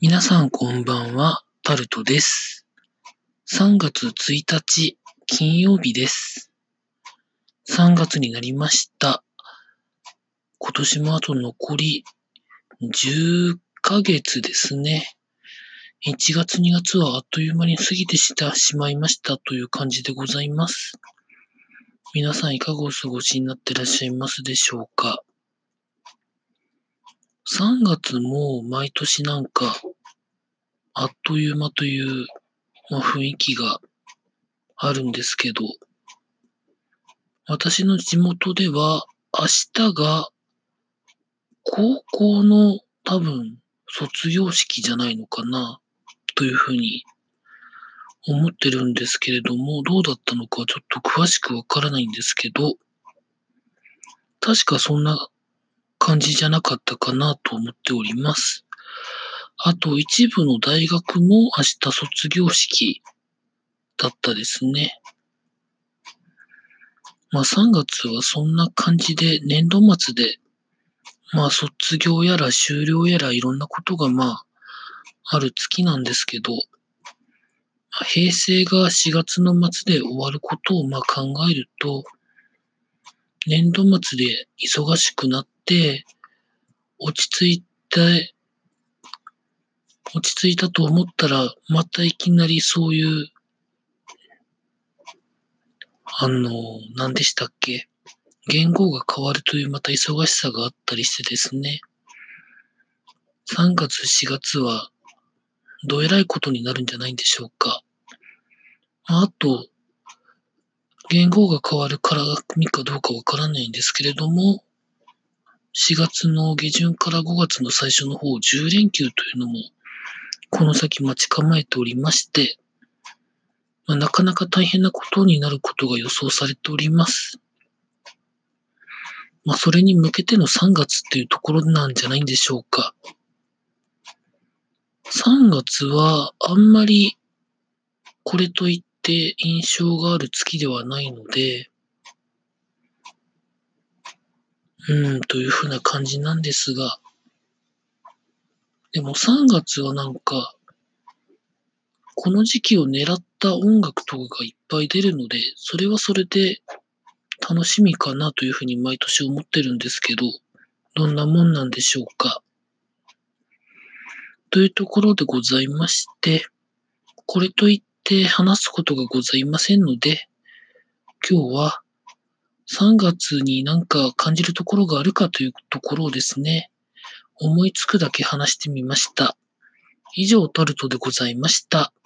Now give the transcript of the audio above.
皆さんこんばんは、タルトです。3月1日、金曜日です。3月になりました。今年もあと残り10ヶ月ですね。1月2月はあっという間に過ぎてしまいましたという感じでございます。皆さんいかがお過ごしになっていらっしゃいますでしょうか。3月も毎年あっという間という、雰囲気があるんですけど、私の地元では明日が高校の多分卒業式じゃないのかなというふうに思ってるんですけれども、どうだったのかちょっと詳しくわからないんですけど、確かそんな感じじゃなかったかなと思っております。あと一部の大学も明日卒業式だったですね。3月はそんな感じで年度末で卒業やら修了やらいろんなことがある月なんですけど、平成が4月の末で終わることを考えると、年度末で忙しくなって、落ち着いて、落ち着いたと思ったら、またいきなりそういう、何でしたっけ、言語が変わるというまた忙しさがあったりしてですね、3月、4月はどえらいことになるんじゃないんでしょうか。あと、言語が変わるからかどうかわからないんですけれども、4月の下旬から5月の最初の方、10連休というのも、この先待ち構えておりまして、なかなか大変なことになることが予想されております。それに向けての3月っていうところなんじゃないんでしょうか。3月はあんまりこれといって印象がある月ではないので、というふうな感じなんですが、でも3月はこの時期を狙った音楽とかがいっぱい出るので、それはそれで楽しみかなというふうに毎年思ってるんですけど、どんなもんなんでしょうか。というところでございまして、これといって話すことがございませんので、今日は3月に感じるところがあるかというところをですね、思いつくだけ話してみました。以上、タルトでございました。